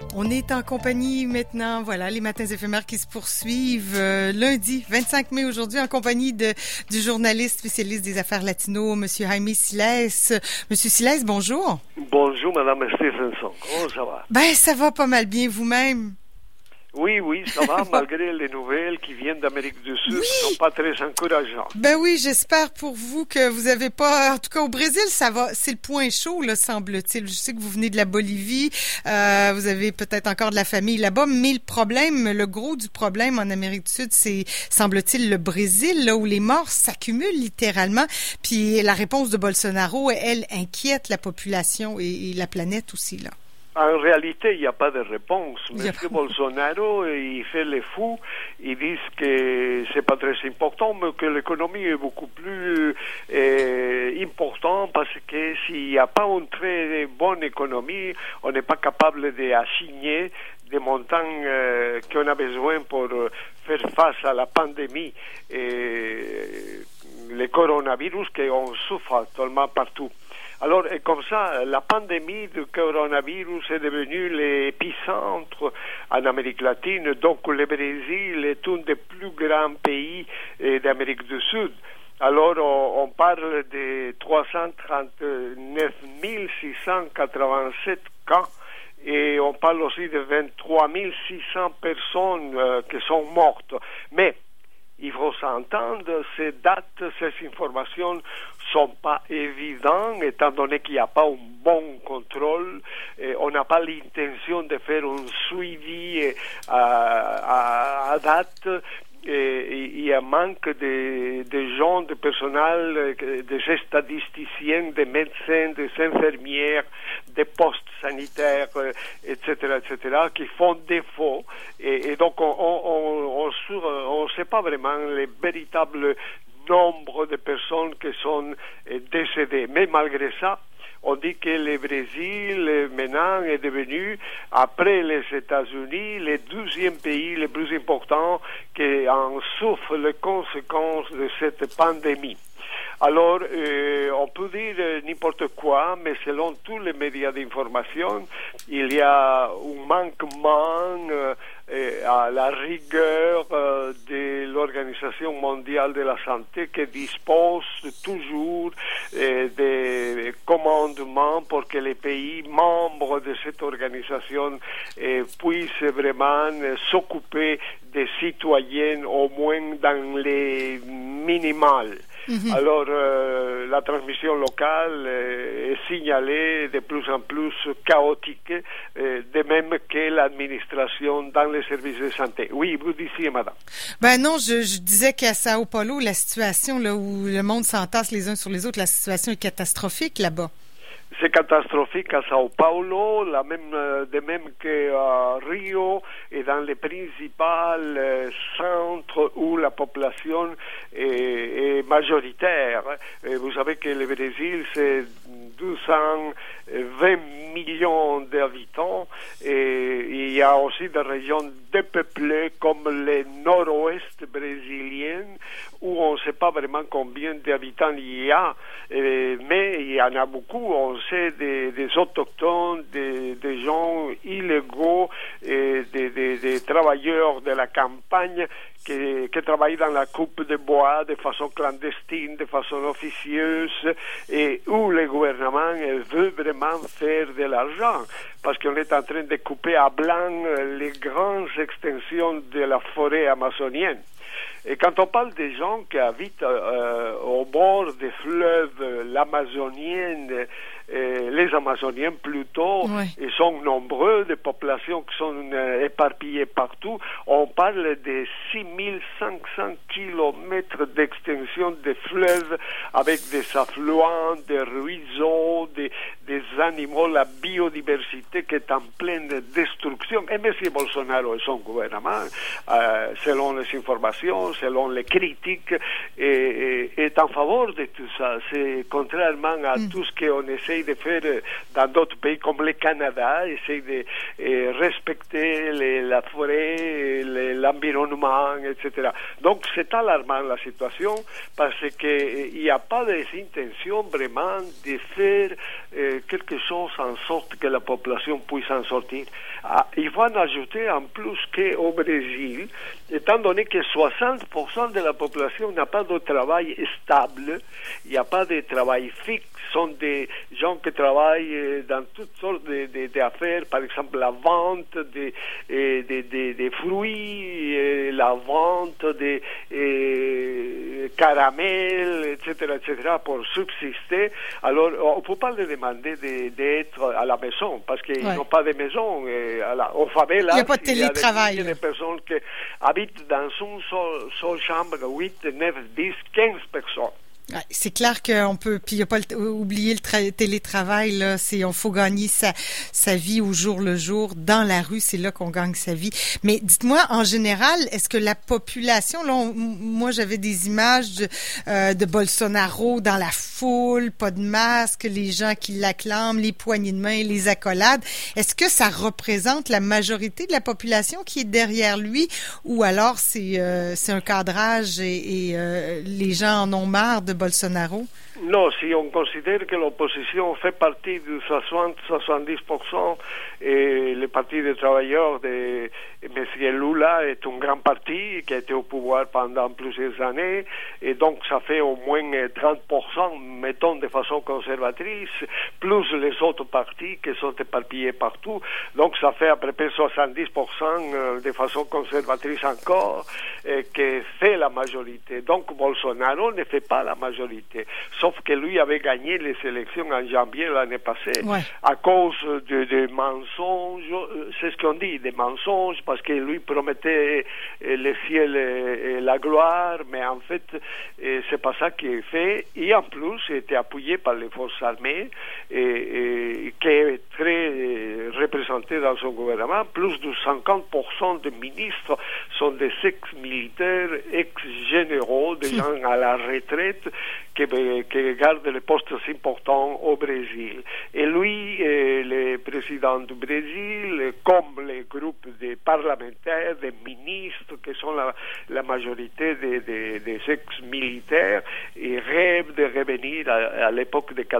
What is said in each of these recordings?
On est en compagnie maintenant, voilà, les matins éphémères qui se poursuivent. Lundi, 25 mai aujourd'hui, en compagnie du journaliste spécialiste des affaires latino, M. Jaime Siles. Monsieur Siles, bonjour. Bonjour, Madame Stephenson. Comment ça va? Ben, ça va pas mal bien vous-même. Oui, ça va, malgré les nouvelles qui viennent d'Amérique du Sud, qui sont pas très encourageantes. Ben oui, j'espère pour vous que vous avez pas... En tout cas, au Brésil, ça va. C'est le point chaud, là, semble-t-il. Je sais que vous venez de la Bolivie. Vous avez peut-être encore de la famille là-bas, mais le gros du problème en Amérique du Sud, c'est, semble-t-il, le Brésil, là, où les morts s'accumulent littéralement. Puis la réponse de Bolsonaro, elle, inquiète la population et la planète aussi, là. En réalité, il n'y a pas de réponse. M. Bolsonaro, il fait les fous. Ils disent que c'est pas très important, mais que l'économie est beaucoup plus importante parce que s'il n'y a pas une très bonne économie, on n'est pas capable d'assigner des montants qu'on a besoin pour faire face à la pandémie et le coronavirus qu'on souffre actuellement partout. Alors, et comme ça, la pandémie du coronavirus est devenue l'épicentre en Amérique latine. Donc, le Brésil est un des plus grands pays d'Amérique du Sud. Alors, on parle de 339 687 cas et on parle aussi de 23 600 personnes qui sont mortes. Mais il faut s'entendre, ces dates, ces informations sont pas évidentes, étant donné qu'il n'y a pas un bon contrôle. On n'a pas l'intention de faire un suivi à date. Il y a un manque de gens, de personnel, des statisticiens, des médecins, des infirmières, des postes sanitaires, etc., qui font défaut. Et donc, on ne sait pas vraiment les véritables nombres de personnes qui sont décédées. Mais malgré ça, on dit que le Brésil, maintenant, est devenu, après les États-Unis, le 12e pays le plus important qui en souffre les conséquences de cette pandémie. Alors, on peut dire n'importe quoi, mais selon tous les médias d'information, il y a un manquement à la rigueur de l'Organisation mondiale de la santé qui dispose toujours des commandements pour que les pays membres de cette organisation puissent vraiment s'occuper des citoyens au moins dans les minimales. Mm-hmm. Alors, la transmission locale est signalée de plus en plus chaotique, de même que l'administration dans les services de santé. Oui, vous disiez, madame. Ben non, je disais qu'à Sao Paulo, la situation là où le monde s'entasse les uns sur les autres, la situation est catastrophique là-bas. C'est catastrophique à Sao Paulo, de même qu'à Rio et dans les principaux centres où la population est majoritaire. Et vous savez que le Brésil, c'est 220 millions d'habitants et il y a aussi des régions dépeuplées comme le nord-ouest brésilien où on ne sait pas vraiment combien d'habitants il y a, mais il y en a beaucoup. On sait des autochtones, des gens illégaux, des travailleurs de la campagne qui travaillent dans la coupe de bois de façon clandestine, de façon officieuse, et où le gouvernement veut vraiment faire de l'argent, parce qu'on est en train de couper à blanc les grandes extensions de la forêt amazonienne. Et quand on parle des gens qui habitent au bord des fleuves, l'amazonienne, les Amazoniens plutôt, ils sont nombreux, des populations qui sont éparpillées partout. On parle de 6500 kilomètres d'extension des fleuves avec des affluents, des ruisseaux, des animaux, la biodiversité qui est en pleine destruction. Et M. Bolsonaro et son gouvernement, selon les informations, selon les critiques, est en faveur de tout ça. C'est contrairement à tout ce qu'on essaie essaye de faire dans d'autres pays comme le Canada, essaye de respecter la forêt, l'environnement, etc. Donc c'est alarmant la situation parce qu'il n'y a pas d'intention vraiment de faire quelque chose en sorte que la population puisse en sortir. Il faut en ajouter en plus qu'au Brésil, étant donné que 60% de la population n'a pas de travail stable, il n'y a pas de travail fixe, sont des gens qui travaillent dans toutes sortes d'affaires, par exemple la vente des fruits, la vente des caramels, etc., pour subsister. Alors, on ne peut pas leur demander d'être à la maison, parce qu'ils n'ont pas de maison. Au favelas, il n'y a pas de télétravail. Il y a des personnes qui habitent dans une seule chambre, 8, 9, 10, 15 personnes. C'est clair qu'on peut, puis il n'y a pas oublier le télétravail, là, on faut gagner sa vie au jour le jour, dans la rue, c'est là qu'on gagne sa vie. Mais dites-moi, en général, est-ce que la population, là, moi j'avais des images de Bolsonaro dans la foule, pas de masque, les gens qui l'acclament, les poignées de main, les accolades, est-ce que ça représente la majorité de la population qui est derrière lui, ou alors c'est un cadrage et les gens en ont marre de Bolsonaro? Non, si on considère que l'opposition fait partie du 60-70% et le Parti des travailleurs de M. Lula est un grand parti qui a été au pouvoir pendant plusieurs années et donc ça fait au moins 30%, mettons de façon conservatrice, plus les autres partis qui sont éparpillés partout. Donc ça fait à peu près 70% de façon conservatrice encore qui fait la majorité. Donc Bolsonaro ne fait pas la majorité. Sauf que lui avait gagné les élections en janvier l'année passée à cause de mensonges, c'est ce qu'on dit, des mensonges, parce que lui promettait le ciel et la gloire, mais en fait, c'est pas ça qu'il fait. Et en plus, il était appuyé par les forces armées, qui est très représenté dans son gouvernement. Plus de 50% de ministres sont des ex-militaires, ex-généraux, des gens à la retraite, qui gardent les postes importants au Brésil. Et lui, le président du Brésil, comme les groupes de parlementaires, des ministres, qui sont la majorité des ex-militaires, ils rêvent de revenir à l'époque de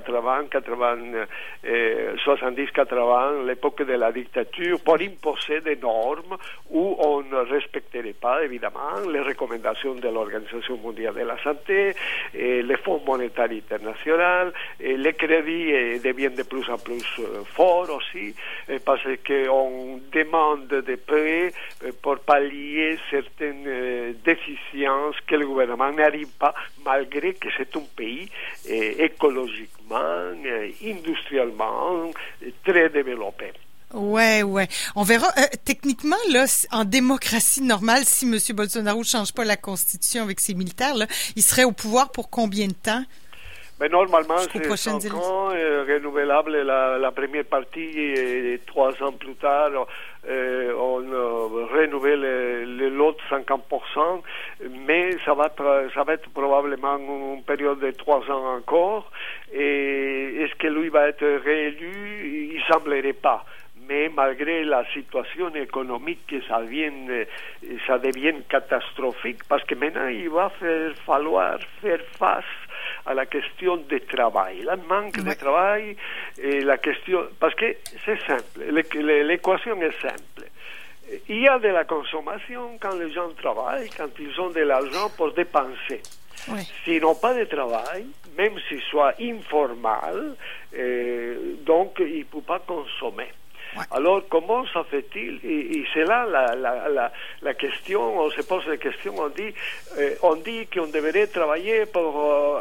70-80, l'époque de la dictature, pour imposer des normes où on ne respecterait pas, évidemment, les recommandations de l'Organisation mondiale de la santé, les Fonds monétaires international, et les crédits deviennent de plus en plus forts aussi, parce qu'on demande des prêts pour pallier certaines déficiences que le gouvernement n'arrive pas, malgré que c'est un pays écologiquement, industriellement très développé. Ouais. On verra. Techniquement, là, en démocratie normale, si M. Bolsonaro ne change pas la Constitution avec ses militaires, là, il serait au pouvoir pour combien de temps? Mais normalement, c'est 5 ans, renouvelable la première partie, et 3 ans plus tard, on renouvelle l'autre 50%, mais ça va être probablement une période de 3 ans encore. Et est-ce que lui va être réélu? Il semblerait pas. Mais malgré la situation économique, ça devient catastrophique, parce que maintenant il va falloir faire face à la question du travail, le manque de travail, et la question, parce que c'est simple, l'équation est simple. Il y a de la consommation quand les gens travaillent, quand ils ont de l'argent pour dépenser. S'ils n'ont pas de travail, même s'il soit informel, donc ils ne peuvent pas consommer. Alors, comment ça fait-il? Et c'est là la question, on se pose la question, on dit qu'on devrait travailler pour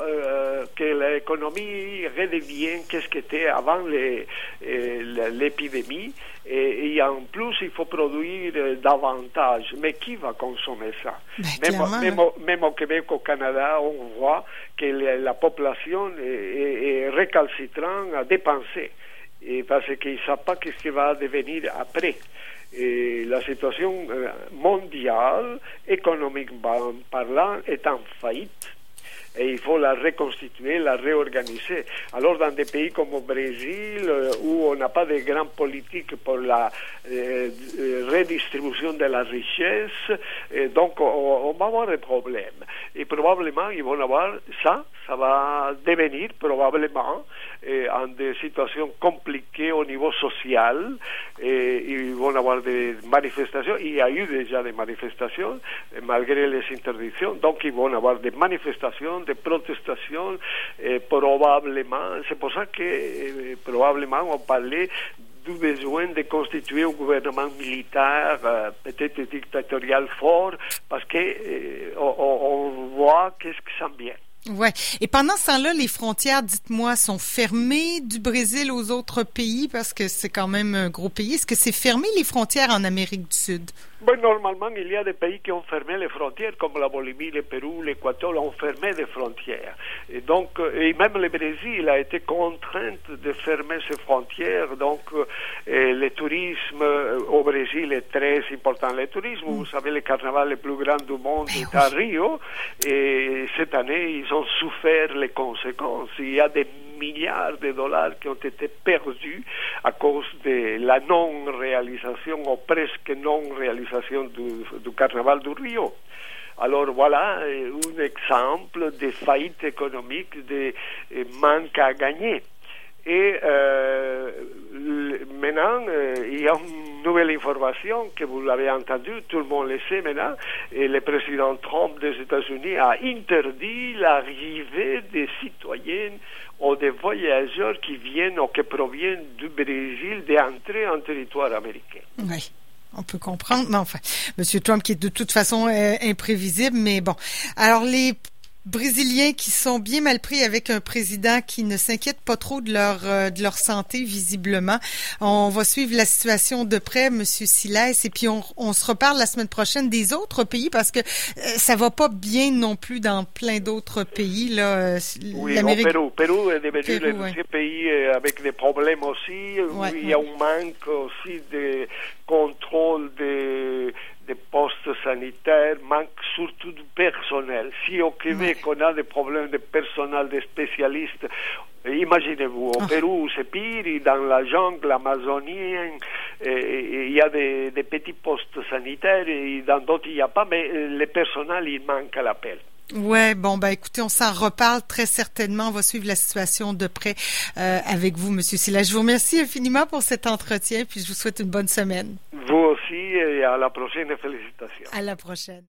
que l'économie redevienne qu'est-ce qu'elle était avant l'épidémie, et en plus, il faut produire davantage. Mais qui va consommer ça? Même au Québec, au Canada, on voit que la population est récalcitrante à dépenser. Et parce qu'ils ne savent pas ce qui va devenir après. Et la situation mondiale, économiquement parlant, est en faillite. et il faut la reconstituer, la réorganiser. Alors dans des pays comme au Brésil, où on n'a pas de grandes politiques pour la redistribution de la richesse, donc on va avoir des problèmes. Et probablement ils vont avoir ça va devenir probablement en des situations compliquées au niveau social, et ils vont avoir des manifestations. Il y a eu déjà des manifestations malgré les interdictions, donc ils vont avoir des manifestations, des protestations, probablement. C'est pour ça que probablement on parlait du besoin de constituer un gouvernement militaire, peut-être dictatorial fort, parce que on voit qu'est-ce qui s'en vient. Ouais. Et pendant ce temps-là, les frontières, dites-moi, sont fermées du Brésil aux autres pays parce que c'est quand même un gros pays. Est-ce que c'est fermé les frontières en Amérique du Sud? Bon, normalement, il y a des pays qui ont fermé les frontières, comme la Bolivie, le Pérou, l'Équateur, ont fermé des frontières. Et donc, et même le Brésil a été contraint de fermer ses frontières. Donc, le tourisme au Brésil est très important. Le tourisme, vous savez, le carnaval le plus grand du monde est à Rio. Et cette année, ils ont souffert les conséquences. Il y a des milliards de dollars qui ont été perdus à cause de la non-réalisation ou presque non-réalisation du carnaval du Rio. Alors voilà un exemple de faillite économique, de manque à gagner. Et maintenant, il y a une nouvelle information que vous l'avez entendue, tout le monde le sait maintenant, et le président Trump des États-Unis a interdit l'arrivée des citoyens ou des voyageurs qui viennent ou qui proviennent du Brésil d'entrer en territoire américain. Oui. On peut comprendre, mais enfin, M. Trump qui est de toute façon imprévisible, mais bon. Alors, les Brésiliens qui sont bien mal pris avec un président qui ne s'inquiète pas trop de leur santé, visiblement. On va suivre la situation de près, M. Siles, et puis on se reparle la semaine prochaine des autres pays parce que ça va pas bien non plus dans plein d'autres pays. Là. Oui, au Pérou est devenu le deuxième pays avec des problèmes aussi. Ouais, il y a un manque aussi de contrôle des postes sanitaires, manque surtout du personnel. Si au Québec on a des problèmes de personnel, de spécialistes, imaginez-vous, au Pérou c'est pire, dans la jungle amazonienne, il y a des petits postes sanitaires, et dans d'autres il n'y a pas, mais le personnel il manque à l'appel. Ouais, bon, écoutez, on s'en reparle très certainement. On va suivre la situation de près avec vous, Monsieur Siles. Je vous remercie infiniment pour cet entretien, puis je vous souhaite une bonne semaine. Vous aussi, et à la prochaine, félicitations. À la prochaine.